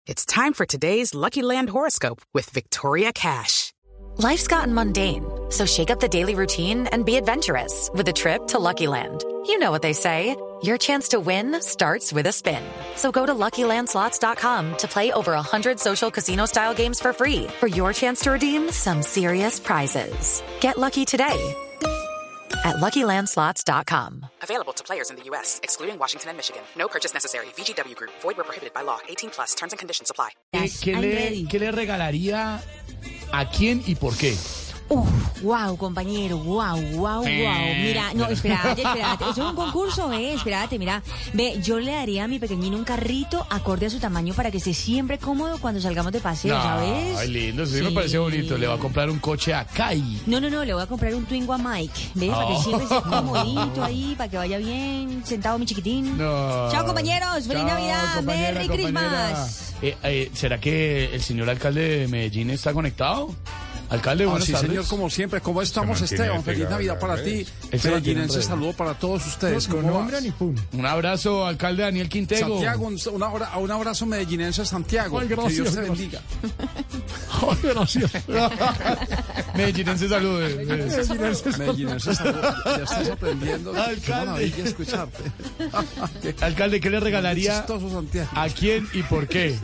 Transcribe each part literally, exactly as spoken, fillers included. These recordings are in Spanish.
It's time for today's Lucky Land horoscope with Victoria Cash. Life's gotten mundane, so shake up the daily routine and be adventurous with a trip to Lucky Land. You know what they say, your chance to win starts with a spin. So go to Lucky Land Slots dot com to play over one hundred social casino-style games for free for your chance to redeem some serious prizes. Get lucky today at Lucky Land Slots dot com. Available to players in the U S, excluding Washington and Michigan. No purchase necessary. V G W Group. Void where prohibited by law. eighteen plus. Terms and conditions apply. ¿Qué, qué le, ¿Qué le regalaría a quién y por qué? Uf, wow, compañero, wow, wow, wow. Mira, no, espérate, espérate. Eso es un concurso, eh, espérate, mira. Ve, yo le daría a mi pequeñín un carrito acorde a su tamaño para que esté siempre cómodo cuando salgamos de paseo, No, ¿sabes? Ay, lindo, eso sí, Sí. me parece bonito. Le va a comprar un coche a Kai. No, no, no, le voy a comprar un Twingo a Mike, ¿ves? Para que Oh. siempre esté comodito ahí, para que vaya bien, sentado mi chiquitín. No. Chao, compañeros, feliz Chao, Navidad, compañera, Merry compañera. Christmas. Eh, eh, ¿Será que el señor alcalde de Medellín está conectado? Alcalde, Ah, buenas sí, tardes. señor, como siempre. ¿Cómo estamos, Se mantiene Esteban? Feliz pegado, Navidad para ¿ves? ti. Ese Medellinense, mantiene saludo para todos ustedes. ¿Cómo vas? Un abrazo, alcalde Daniel Quintego. Santiago, un, un abra- un abrazo medellinense a Santiago. Ay, que gracias, Dios te gracias. bendiga. Ay, gracias. Medellinense, salude. Medellinense, saludo. Ya estás aprendiendo. Qué Alcalde. maravilla escucharte. Qué, Alcalde, ¿qué le qué regalaría chistoso, Santiago. a quién y por qué?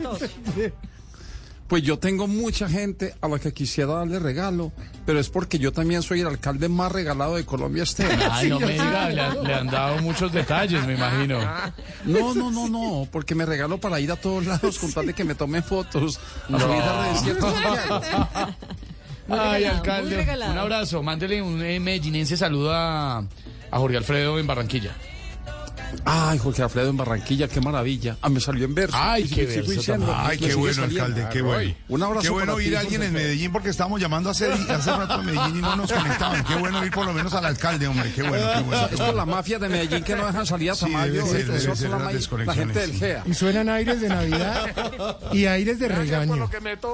Pues yo tengo mucha gente a la que quisiera darle regalo, pero es porque yo también soy el alcalde más regalado de Colombia, Esteban. Ay, no me diga, le, han- le han dado muchos detalles, me imagino. No, no, no, no, porque me regalo para ir a todos lados con tal de que me tomen fotos. A subir a redes, ¿cierto, Santiago? Muy Ay, regalado, alcalde, muy regalado. un abrazo. Mándele un eh, medellinense saludo a, a Jorge Alfredo en Barranquilla. Ay, Jorge Alfredo en Barranquilla, qué maravilla. Ah, me salió en verso. Ay, Y qué sigo verso diciendo, tan- Ay, me qué sigue bueno, saliendo. alcalde, qué bueno. Un abrazo Qué bueno para ir ti, a alguien Jorge en Alfredo. Medellín porque estábamos llamando hace, hace rato a Medellín y no nos conectaban. Qué bueno ir por lo menos al alcalde, hombre. Qué bueno, qué bueno. Es por la mafia de Medellín que no dejan salir a Sí, Tamayo. debe ser, eso debe es ser la, las ma- la desconexiones, gente del sí. G E A. Y suenan aires de Navidad y aires de regaño.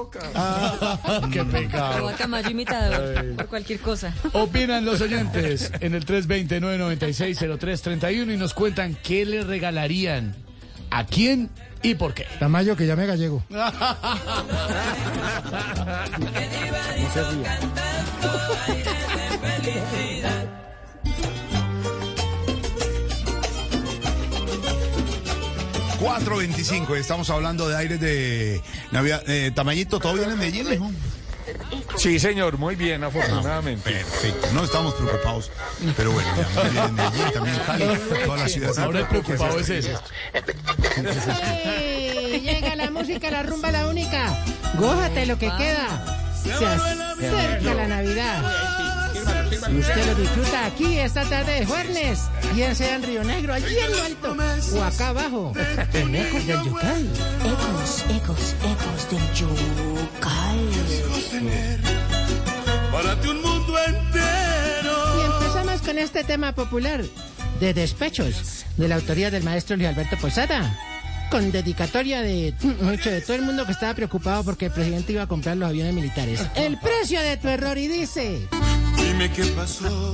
Qué Lo pecado. va a Tamayo imitador por cualquier cosa. Opinan los oyentes en el tres dos cero, nueve nueve seis, cero tres tres uno y nos cuentan qué le regalarían, a quién y por qué. Tamayo, que llame gallego. cuatro veinticinco, estamos hablando de aires de Navidad. Eh, Tamayito, ¿todo bien en Medellín, hijo? Sí, señor, muy bien, afortunadamente. Perfecto, no estamos preocupados, pero bueno, ya muy bien en Medellín, también Cali, todas las ciudades. Ahora el preocupado es ese. ¡Ey! Llega la música, la rumba, la única. Gózate lo que queda. Se acerca la Navidad. Y usted lo disfruta aquí esta tarde de jueves, bien sea en Río Negro, allí en lo alto, o acá abajo, en Ecos del Yucal. Ecos, ecos, ecos del Yucal. Y empezamos con este tema popular de despechos, de la autoría del maestro Luis Alberto Posada, con dedicatoria de, mucho de todo el mundo que estaba preocupado porque el presidente iba a comprar los aviones militares. El precio de tu error, y dice... Dime qué pasó.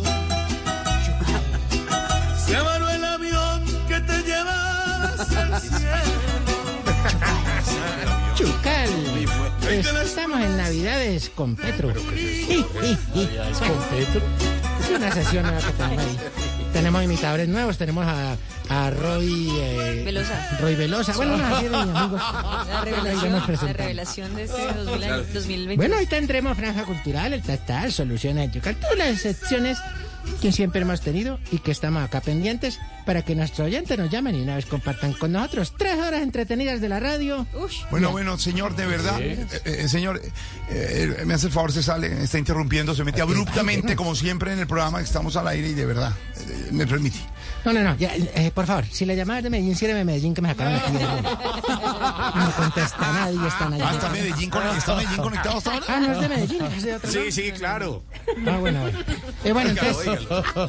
Se avaró el avión que te lleva hacia el cielo. Chucal. Estamos en Navidades con Petro. ¿Es con Petro? Es una sesión nueva que tenemos ahí. Tenemos imitadores nuevos, tenemos a, a Roy... eh, Velosa. Roy Velosa. Bueno, no, así de mis amigos. La Ahí revelación, nos la presentamos. revelación de este dos mil año- dos mil veinte. Bueno, hoy tendremos franja cultural, el tastal, soluciones en Chucal, todas las secciones que siempre hemos tenido y que estamos acá pendientes para que nuestros oyentes nos llamen y una vez compartan con nosotros tres horas entretenidas de la radio. Bueno, bueno, señor, de verdad, eh, eh, señor, eh, eh, me hace el favor, se sale, está interrumpiendo, se mete abruptamente, como siempre en el programa, que estamos al aire y de verdad, eh, me permite. No, no, no, ya, eh, por favor, si le llamas de Medellín, sírveme Medellín que me sacaron aquí. No contesta nadie, están ahí. Ah, ¿está Medellín, con- ¿está Medellín conectado hasta ahora? Ah, no es de Medellín, es de otro lado. Sí, sí, claro. Ah, bueno, bueno. Eh, bueno, entonces...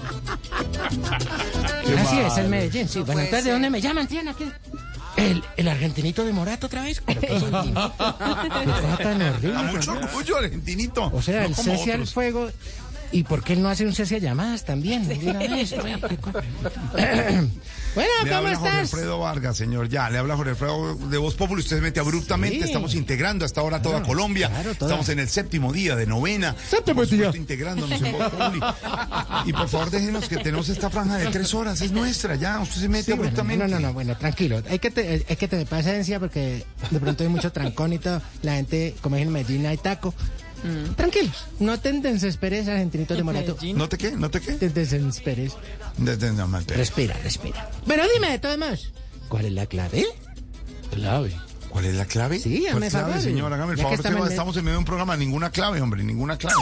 Así es, el Medellín, sí. Bueno, entonces, ¿de dónde me llaman? ¿Tienen aquí? ¿El, el argentinito de Morato otra vez? Pero qué argentino. Qué cosa tan horrible. A mucho orgullo, argentinito. O sea, no el como cese al otros. fuego ¿Y por qué él no hace un cese a llamadas también? De una vez, bueno, qué co- Bueno, Le ¿cómo habla Jorge estás? Alfredo Vargas, señor. Ya, le habla Jorge Alfredo de Voz Populi. Usted se mete abruptamente. Sí. Estamos integrando hasta ahora toda Claro, Colombia. claro, toda. Estamos en el séptimo día de novena. Séptimo Por supuesto, día. integrándonos en Voz Populi. Y por favor, déjenos que tenemos esta franja de tres horas. Es nuestra, ya. Usted se mete Sí, bueno, abruptamente. no, no, no, bueno, tranquilo. Hay que, te, hay que tener paciencia porque de pronto hay mucho trancón y todo. La gente, como es en Medellín, hay taco. Tranquilos, no te desesperes, argentinitos de Morato. ¿No te qué? ¿No te qué? Te desesperes. Desde, no, mal, pero- Respira, respira. Pero dime, de todos modos, ¿cuál es la clave? Clave. ¿Cuál es la clave? Sí, ¿Cuál hazme clave, favor. señor? Hágame el Ya que favor. estamos Estamos, en- estamos en medio de un programa. Ninguna clave, hombre. Ninguna clave.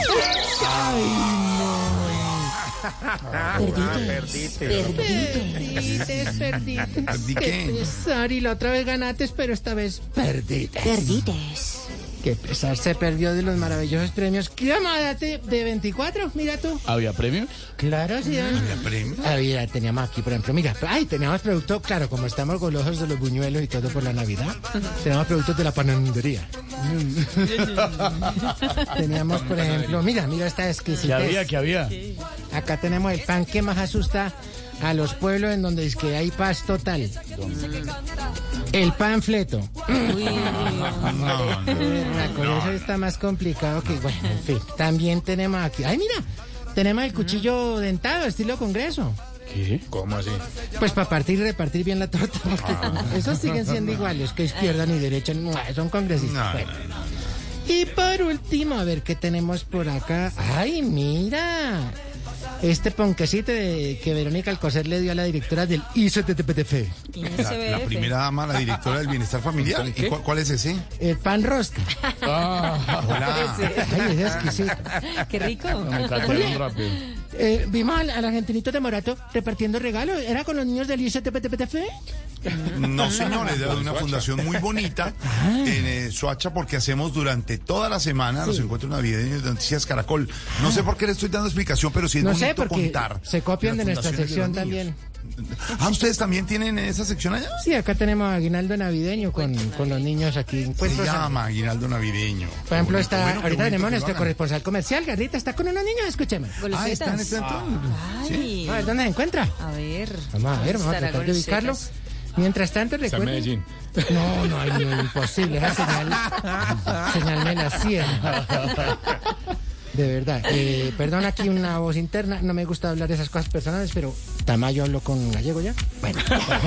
Perdites, perdites. ¿Perdí Qué qué? pesar, y la otra vez ganaste, pero esta vez perdites. Perdites. Qué pesar, se perdió de los maravillosos premios. ¿Qué date de veinticuatro? Mira tú. ¿Había premios? Claro, sí. ¿Había premio? Había, teníamos aquí, por ejemplo, mira, ay, teníamos producto, claro, como estamos golosos de los buñuelos y todo por la Navidad, teníamos productos de la panadería. Teníamos, por ejemplo, mira, mira esta ¿Qué exquisitez. había? ¿Qué había? Acá tenemos el pan que más asusta a los pueblos en donde es que hay paz total. El panfleto. No, no. La cosa está más complicado que, bueno, en fin. También tenemos aquí, ay, mira, tenemos el cuchillo dentado, estilo Congreso. ¿Qué? ¿Cómo así? Pues para partir y repartir bien la torta, porque esos siguen siendo iguales, que izquierda ni derecha, no, son congresistas. No, Bueno. Y por último, a ver qué tenemos por acá. ¡Ay, mira! Este ponquecito de, que Verónica Alcocer le dio a la directora del I C T P T F. La, la primera dama, la directora del Bienestar Familiar. ¿Y cuál, cuál es ese? El pan rosca. Hola. Ay, es exquisito. Qué rico. Me cayeron rápido. Eh, vimos al, al argentinito de Morato repartiendo regalos. ¿Era con los niños del I C T P T F? No, señores, de una fundación muy bonita en eh, Soacha, porque hacemos durante toda la semana los encuentros navideños de Noticias Caracol. No sé por qué le estoy dando explicación, pero sí es No bonito sé, porque contar. se copian las de nuestra fundaciones sección los niños. también. Ah, ¿ustedes también tienen esa sección allá? Sí, acá tenemos aguinaldo navideño con, con los niños aquí. Se Encuentros a- llama Aguinaldo Navideño. Por ejemplo, Qué está, bonito. Bueno, qué ahorita bonito tenemos que nuestro lo hagan. corresponsal comercial, Garrita, está con unos niños, escúcheme. Ah, está en este entorno. Ay. A ver, ¿dónde se encuentra? A ver. Vamos a ver, vamos a Estará tratar de golosetas. ubicarlo. Mientras tanto, Está en recuerden... Medellín. No, no, ay, no, imposible, esa señal, señal me la cierra. De verdad, eh, perdón aquí una voz interna, no me gusta hablar de esas cosas personales, pero Tamayo habló con gallego ya. Bueno.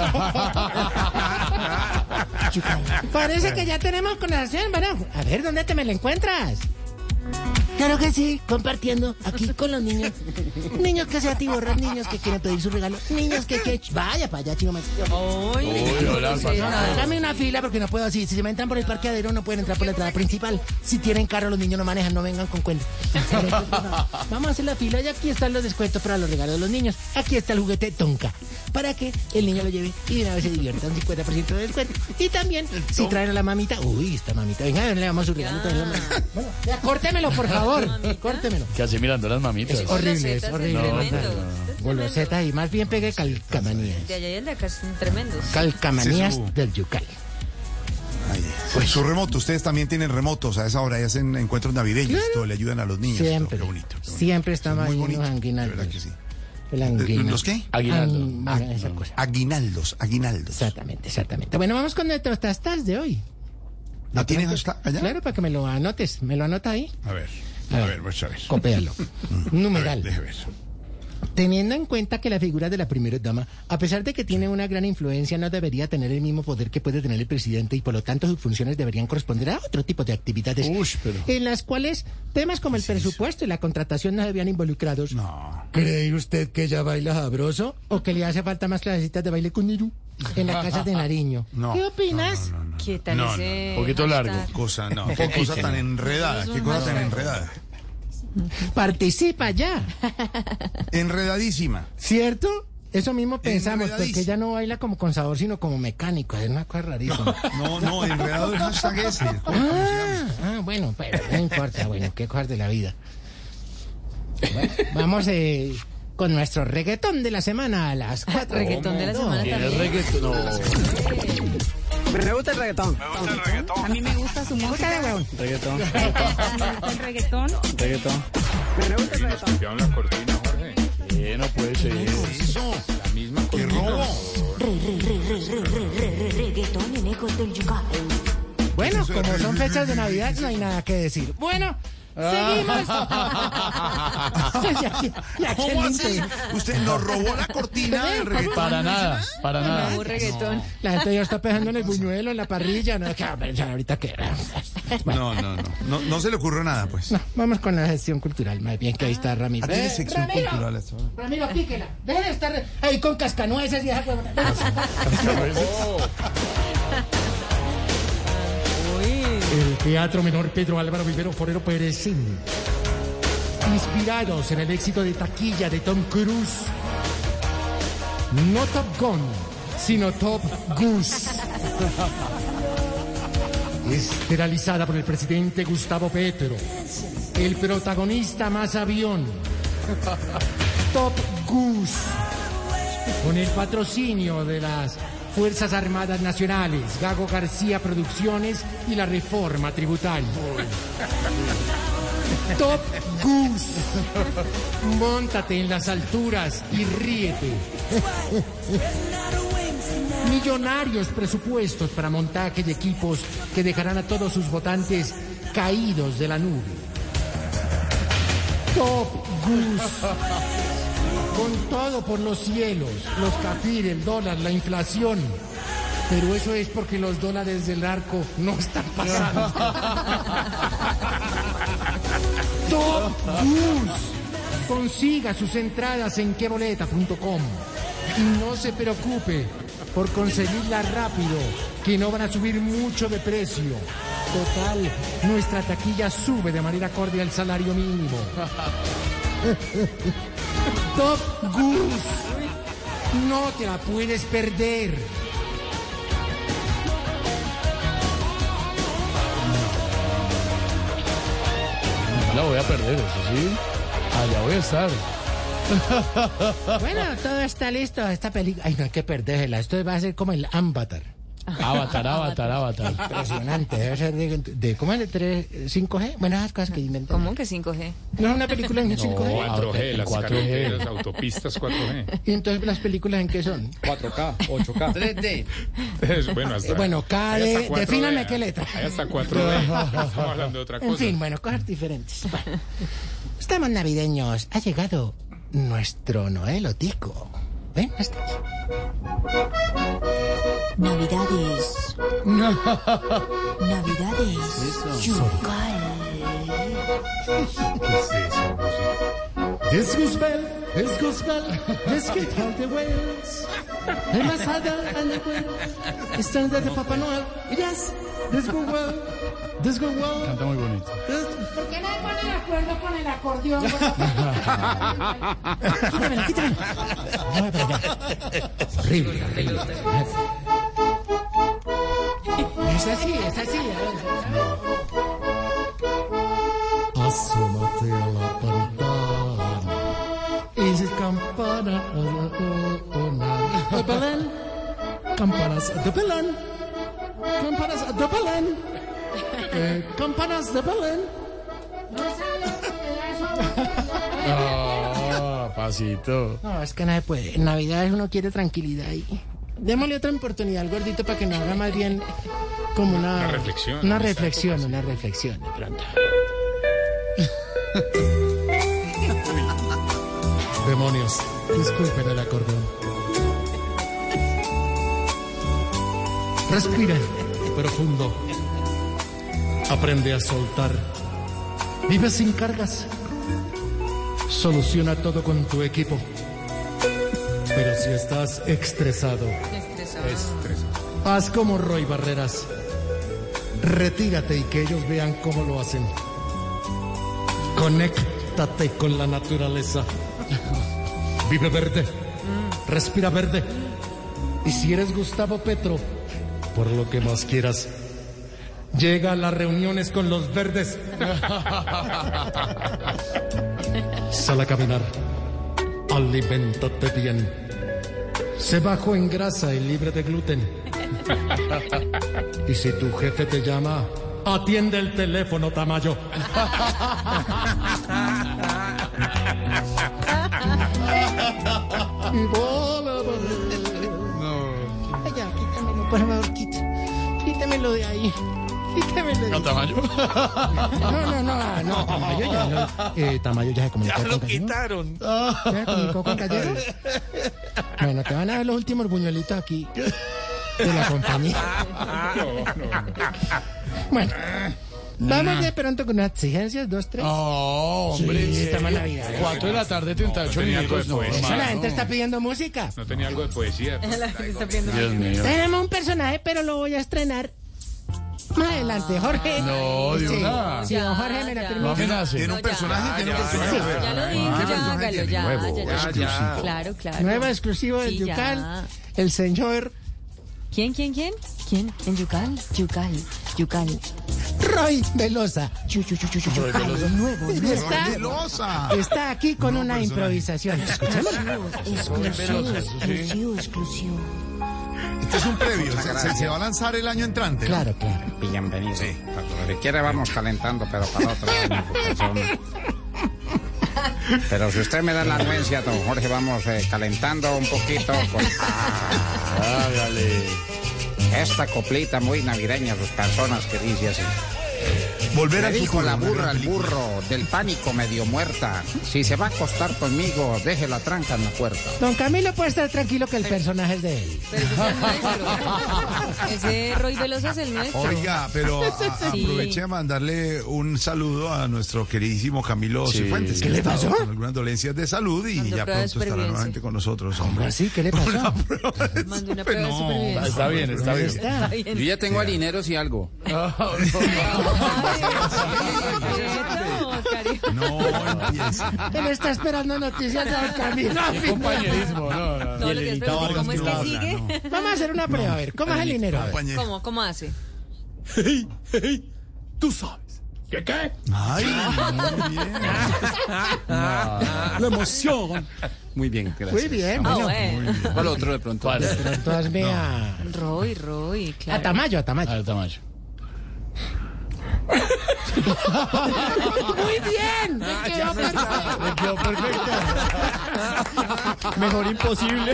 Chica, parece que ya tenemos conversación, bueno, a ver, ¿dónde te me la encuentras? Claro que sí, compartiendo aquí con los niños. Niños que se atiborran, niños que quieren pedir su regalo, niños que quieren... Vaya para allá, chino más. Ay, Uy, hola, Rosetta. Dame una fila porque no puedo así. Si se me entran por el parqueadero no pueden entrar por la entrada principal. Si tienen carro los niños no manejan, no vengan con cuentas. Vamos a hacer la fila y aquí están los descuentos para los regalos de los niños. Aquí está el juguete Tonka para que el niño lo lleve y de una vez se divierta, un cincuenta por ciento de descuento. Y también, si traen a la mamita, uy, esta mamita, venga, le damos su regalo. Bueno, ya, córtemelo, por favor, córtemelo. ¿Qué hace mirando las mamitas? Es horrible, es Golosetas, horrible. es ¿verdad? tremendo. Goloseta y más bien pegue calcamanías. De allá y el de acá son tremendos. Calcamanías Sí, su- del Yucal. Ay, pues su remoto, ustedes también tienen remotos a esa hora y hacen encuentros navideños, todo, le ayudan a los niños. Siempre. Qué bonito. Qué bonito. Siempre estamos Muy ahí bonito, unos de anguinaldos. verdad que sí. El anguinaldo. ¿Los qué? Aguinaldo. An- mira, esa cosa. Aguinaldos, aguinaldos. Exactamente, exactamente. Bueno, vamos con nuestros tastas de hoy. ¿No tienen hasta allá? Claro, para que me lo anotes. ¿Me lo anota ahí? A ver, A a ver. ver, pues a ver. Copéalo. Numeral. Deje ver. Teniendo en cuenta que la figura de la primera dama, a pesar de que tiene una gran influencia, no debería tener el mismo poder que puede tener el presidente y por lo tanto sus funciones deberían corresponder a otro tipo de actividades Ush, pero- en las cuales temas como el presupuesto y la contratación no se vean involucrados. No. ¿Cree usted que ella baila sabroso o que le hace falta más clasecitas de baile con Niru en la casa de Nariño? No, ¿Qué opinas? no, no, no, no. ¿Qué tal No, ese Poquito largo. hashtag? Cosa, no. Qué cosa tan enredada, qué cosa tan enredada. Participa ya, Enredadísima. ¿cierto? Eso mismo pensamos, Enredadísimo. porque ella no baila como con sabor, sino como mecánico. Es una cosa rarísima. No, no, enredado el hashtag ese. ¿Cómo se Ah, llama? ah, bueno, pero no importa, bueno, qué cosas de la vida. Bueno, vamos eh, con nuestro reggaetón de la semana a las cuatro. Reggaetón de la semana ¿Quién es también. reggaetón? No. Me gusta el reggaetón. Me gusta el reggaetón. A mí me gusta su música de huevón. Reggaetón. Me gusta el reggaetón. Reggaetón. Me gusta el reggaetón. Copiaron la cortina, Jorge. Eh, no puede ser. Eso. La misma ¡Qué cortina. robo! Re, re, re, re, re, re, re, re, reggaetón en ecos del yuca. Bueno, como son fechas de Navidad, no hay nada que decir. Bueno, seguimos. Ya que- ya que ¿Cómo el así? inte- ¿Usted nos robó la cortina del reggaetón? Para nada, para nada. Un reggaetón. La gente ya está pensando en el buñuelo, en la parrilla. No, que, a ver, ya ahorita qué. No, no, no, no. No se le ocurrió nada, pues. No, vamos con la gestión cultural. Más bien que ahí está Ramiro. Ah, tiene Eh, sección Ramiro, cultural esto. Ramiro, píquela. Dejen de estar ahí con cascanueces y esa huevona. El Teatro Menor Pedro Álvaro Vivero Forero Pérez. Inspirados en el éxito de taquilla de Tom Cruise. No Top Gun, sino Top Goose. Esterilizada por el presidente Gustavo Petro. El protagonista más avión. Top Goose. Con el patrocinio de las Fuerzas Armadas Nacionales, Gago García Producciones y la Reforma Tributaria. Top Goose. Móntate en las alturas y ríete. Millonarios presupuestos para montaje de equipos que dejarán a todos sus votantes caídos de la nube. Top Goose. Con todo por los cielos, los cafir, el dólar, la inflación. Pero eso es porque los dólares del arco no están pasando. Top Goose. Consiga sus entradas en queboleta punto com. Y no se preocupe por conseguirla rápido, que no van a subir mucho de precio. Total, nuestra taquilla sube de manera acorde al salario mínimo. Top Goose. No te la puedes perder. No la voy a perder, eso sí. Allá voy a estar. Bueno, todo está listo. Esta película. Ay, no hay que perdérsela. Esto va a ser como el Avatar. Avatar, avatar, avatar. Impresionante. Debe ser de, de ¿cómo es? De tres, cinco G. Bueno, esas cosas que inventan. ¿Cómo que cinco G? No es una película en cinco G. cuatro G, las cuatro G. carreteras, autopistas cuatro G. Y entonces las películas en qué son. cuatro K, ocho K. tres D. Bueno, hasta, Bueno, K hay hasta de. cuatro D, Defíname ¿eh? qué letra. Hay hasta cuatro D. Estamos hablando de otra cosa. En fin, bueno, cosas diferentes. Bueno, estamos navideños. Ha llegado nuestro Noelotico. ¿Ven? Hasta aquí. Navidades. Navidades. Yucal. ¿Qué es eso, música? This goes well, this goes well, let's get out the whales. The Masada and the whale. Stand at the Papa Noel. Yes, this go well, this go well. Canta muy bonito. ¿Por qué no me ponen de acuerdo con el acordeón? Quítamelo, quítamelo. No, para allá. Horrible, horrible. Es así, es así. Asómate a la ventana. Es campana de Belén. Campanas de Belén. Campanas de Belén. Eh, campanas de Belén. Ah, pasito. No, es que no se puede. En Navidad uno quiere tranquilidad y démosle otra oportunidad al gordito para que nos haga más bien como una, Una reflexión, Una en esta reflexión, época, sí. una reflexión de pronto. Demonios, disculpen el acordeón. Respira profundo. Aprende a soltar. Vive sin cargas. Soluciona todo con tu equipo. Pero si estás estresado, haz como Roy Barreras. Retírate y que ellos vean cómo lo hacen. Conéctate con la naturaleza. Vive verde. Respira verde. Y si eres Gustavo Petro, por lo que más quieras, llega a las reuniones con los verdes. Sal a caminar. Aliméntate bien. Sé bajo en grasa y libre de gluten. Y si tu jefe te llama, atiende el teléfono, Tamayo. Y bola, No. Ay, ya, quítamelo, por favor, quita- quítamelo de ahí. Quítamelo de ahí. No, Tamayo. No, no, no, no, Tamayo ya, lo, eh, Tamayo ya se comunicó Ya con lo Gallero. quitaron. ¿Ya se comunicó con Gallero? Bueno, te van a dar los últimos buñuelitos aquí de la compañía. Bueno, vamos de pronto con unas exigencias, dos, tres. Oh, hombre. Sí, estamos en Navidad. Cuatro de la tarde, treinta y ocho No, tenía algo minutos. de poesía. Eso la hermano. gente está pidiendo música. No tenía algo de poesía. Dios mío. Tenemos un personaje, pero lo voy a estrenar más adelante, Jorge. No, de Sí, una. sí, don Jorge me la Ya, ya. No permite. amenace. Tiene un personaje, tiene un Sí, personaje. ya lo dijo, ¿Qué ya, personaje hágalo, tiene? ya, Nuevo, ya, ya. exclusivo. Claro, claro. Nuevo exclusivo del Sí, ya. Yucal, el señor ¿Quién, quién, quién? ¿Quién? ¿En Yucal? Yucal, Yucal. Roy Velosa. Chu, chu, chu, chu, chu, chu. Nuevo, Y nuevo. está, Velosa. está aquí con No, una personaje. improvisación. Escuchemos. Exclusivo, exclusivo, exclusivo. Este es un previo. Se, se- se va a lanzar el año entrante, ¿no? Claro, claro. Bienvenido. Sí. Si quiere vamos calentando, pero para otro año. porque son- Pero si usted me da la anuencia, don Jorge, vamos eh, calentando un poquito con Hágale. esta coplita muy navideña, sus personas que dice así. Volver Le al dijo futuro. la volver burra a al película. burro, del pánico medio muerta. Si se va a acostar conmigo, deje la tranca en la puerta. Don Camilo puede estar tranquilo que el personaje es de él. Pero ese es el nuestro. Ese Roy Velosa es el nuestro. Oiga, pero a- Sí. aproveche a mandarle un saludo a nuestro queridísimo Camilo Cifuentes. ¿Qué le pasó? Con algunas dolencias de salud y Mandó ya prueba de pronto estará supervivencia. nuevamente con nosotros, hombre. ¿Así? ¿Qué le pasó? Mandó una prueba de No, supervivencia. Está bien, está bien. Está. Está bien. Yo ya tengo harineros y algo. No empiece. Él está esperando noticias de Don Camilo. Qué compañerismo, no, no. No, lo que es, pero ¿cómo es que no sigue? habla, Vamos a hacer una prueba, a ver. ¿Cómo es el dinero? Compañero. ¿Cómo, cómo hace? Hey, hey, tú sabes. ¿Qué qué? Ay, muy bien. La emoción. Muy bien, gracias. Muy bien, Ah, bueno. bueno. ¿Cuál otro de pronto? ¿Cuál? Pronto hazme a, Roy, Roy, a claro. Tamayo, a Tamayo. Al Tamayo. Muy bien. Me quedó perfecto. Me quedó perfecto. Mejor imposible.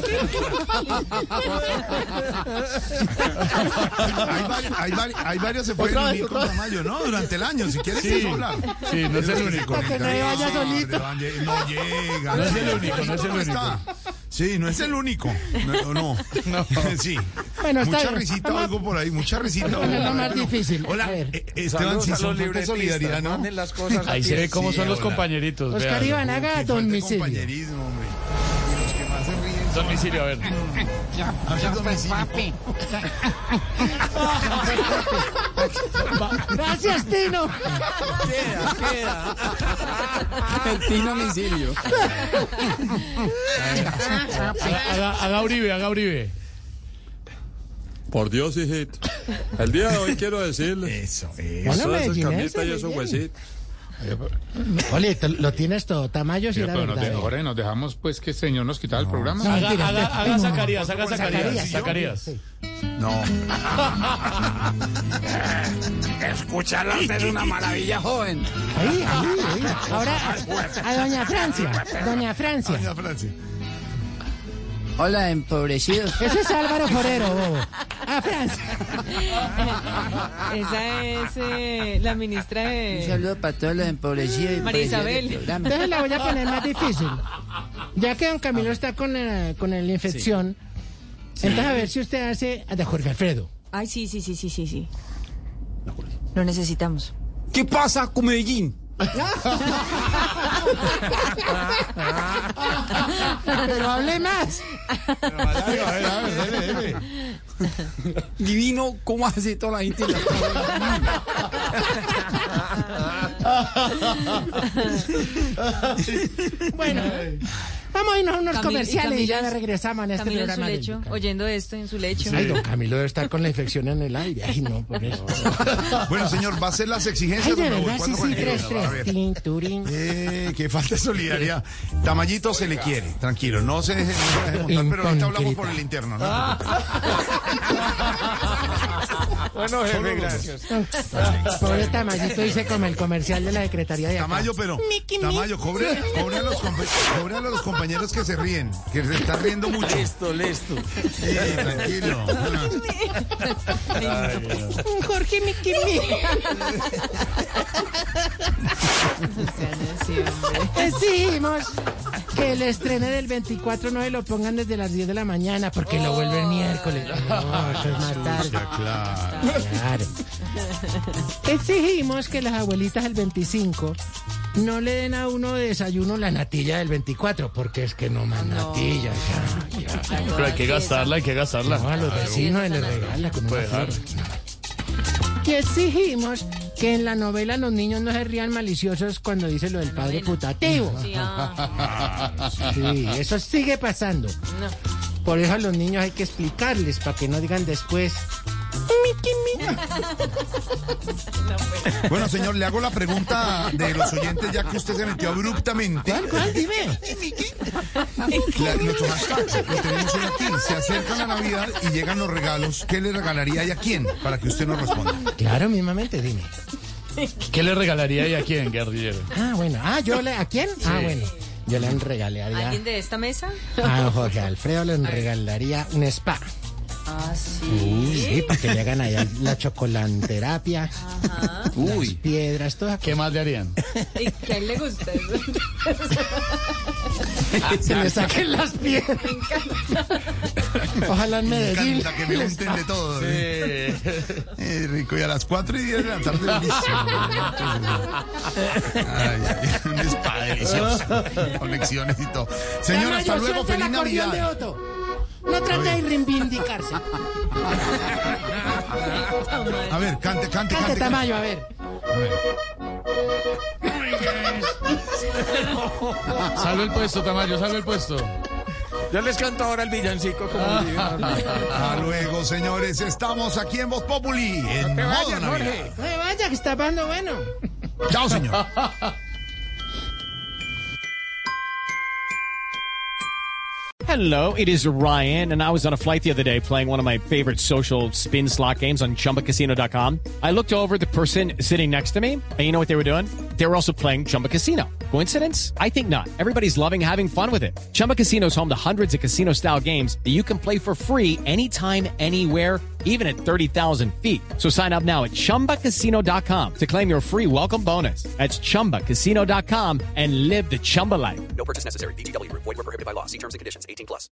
Hay, vari- hay, vari- hay varios se pueden Otra vez, unir con otra vez. Tamayo, ¿no? Durante el año, si quieres Sí, eso hablar. sí, no es el único. Para que no se vaya solito. No llega. No es el único, no es el ¿Cómo está? Sí, no es el único. No, no. Sí. Bueno, está Mucha bien. risita Vamos- oigo por ahí, mucha risita. Vamos a poner lo más Pero- difícil. Hola, A ver. eh, Esteban, si son falta de solidaridad, ¿no? Las cosas Ahí se ve cómo Sí, son los hola. compañeritos. Oscar vean. Iván, haga Qué falta de domicilio. compañerismo, hombre. Y los que más se ríen son Domicilio, a ver. hacer domicilio. Gracias, Tino. El Tino Domicilio. Haga, haga, haga Uribe, haga Uribe. Por Dios, hijito. El día de hoy quiero decirle. Eso, eso. Bueno, Todas esas medellinense, camitas y esos muy bien. huesitos. Oye, te- lo tienes todo. Tamayo sí Pero, era pero nos, verdad. de- Jorge, nos dejamos pues que el señor nos quitara el programa. No, Haga, mentira, haga, espera. haga Ay, no. Zacarías, haga Zacarías. Zacarías. Zacarías. Sí. No. Escucharla usted es una maravilla, joven. Ahí, ahí, ahí. Ahora, a, a doña Francia. Doña Francia. Doña Francia. Hola, empobrecidos. Ese es Álvaro Forero, bobo. A Francia. Esa es eh, la ministra de... saludo para todos los empobrecidos. María Isabel. Entonces la voy a poner más difícil. Ya que don Camilo está con, eh, con la infección, entonces a ver si usted hace a de Jorge Alfredo. Ay, sí, sí, sí, sí, sí, sí. Lo necesitamos. ¿Qué pasa con Medellín? Pero hable más. Divino, ¿cómo hace toda la gente? Bueno, Vamos a irnos a unos Camil- comerciales y, y ya Camilo- regresamos en este Camilo en su programa. del- lecho, oyendo esto en su lecho. Ay, don Camilo debe estar con la infección en el aire. Ay, no, por eso. Bueno, señor, ¿va a hacer las exigencias? Ay, o de me voy? verdad, sí, ¿Cuándo sí, retiro? tres, A tres. ver. Tin, turín. Eh, que falta de solidaridad. Tamayito se le quiere, tranquilo, no se deje, no se deje montar, pero ahorita hablamos por el interno, ¿no? Bueno, jefe, Solo los gracias. Pobre Tamayito dice como el comercial de la Secretaría de acá. Tamayo, pero Mickey, Tamayo, cobre, cobre, a los compa- cobre a los compañeros que se ríen, que se están riendo mucho. Listo, listo. Sí, tranquilo. Jorge Mickey Mickey. Exigimos que el estreno del veinticuatro no se lo pongan desde las diez de la mañana porque lo vuelven miércoles. No, eso es más tarde. Claro. Claro. Exigimos que las abuelitas del veinticinco no le den a uno de desayuno la natilla del veinticuatro, porque es que no más natilla, ya, ya. Pero hay que gastarla, hay que gastarla. No, a los vecinos se les regala con una Puede dejar. flor. Que exigimos que en la novela los niños no se rían maliciosos cuando dice lo del padre putativo. Sí, ah. Sí, eso sigue pasando. Por eso a los niños hay que explicarles para que no digan después. Mickey, Bueno, señor, le hago la pregunta de los oyentes ya que usted se metió abruptamente. ¿Cuál, cuál? Dime. La- nuestro hashtag lo tenemos hoy aquí. Se acerca la Navidad y llegan los regalos. ¿Qué le regalaría y a quién? Para que usted nos responda. Claro, mismamente, dime. ¿Qué le regalaría y a quién, guerrillero? Ah, bueno. Ah, ¿yo le, a quién? Ah, bueno. Yo le regalaría ¿Alguien de esta mesa? a Jorge Alfredo, le regalaría un spa. Ah, sí. Uy, sí, para que le hagan allá la chocolanterapia, Ajá. las piedras, todo. ¿Qué más le harían? ¿Y que a él le gusta eso? Se le saquen las piedras. Ojalá en Me Medellín. encanta que me unten de todo. ¿eh? Eh, rico, y a las cuatro y diez de la tarde delicioso. Ay, ay, un spa delicioso. Conexiones y todo. Señor, hasta Tamayo, luego, suelta el feliz acordeón de Navidad. Otto. No trate de reivindicarse. A ver, cante, cante, Cante, cante. Tamayo, a ver. Salve el puesto, Tamayo, salve el puesto. Yo les canto ahora el villancico como dice. Hasta luego, señores. Estamos aquí en Voz Populi. En Te modo vayas, Navidad. Jorge. No me vaya, que está pasando bueno. Chao, señor. Hello, it is Ryan, and I was on a flight the other day playing one of my favorite social spin slot games on Chumba Casino dot com. I looked over at the person sitting next to me, and you know what they were doing? They were also playing Chumba Casino. Coincidence? I think not. Everybody's loving having fun with it. Chumba Casino is home to hundreds of casino-style games that you can play for free anytime, anywhere, even at thirty thousand feet. So sign up now at Chumba Casino dot com to claim your free welcome bonus. That's Chumba Casino dot com and live the Chumba life. No purchase necessary. V G W Group. Void where prohibited by law. See terms and conditions. eighteen plus.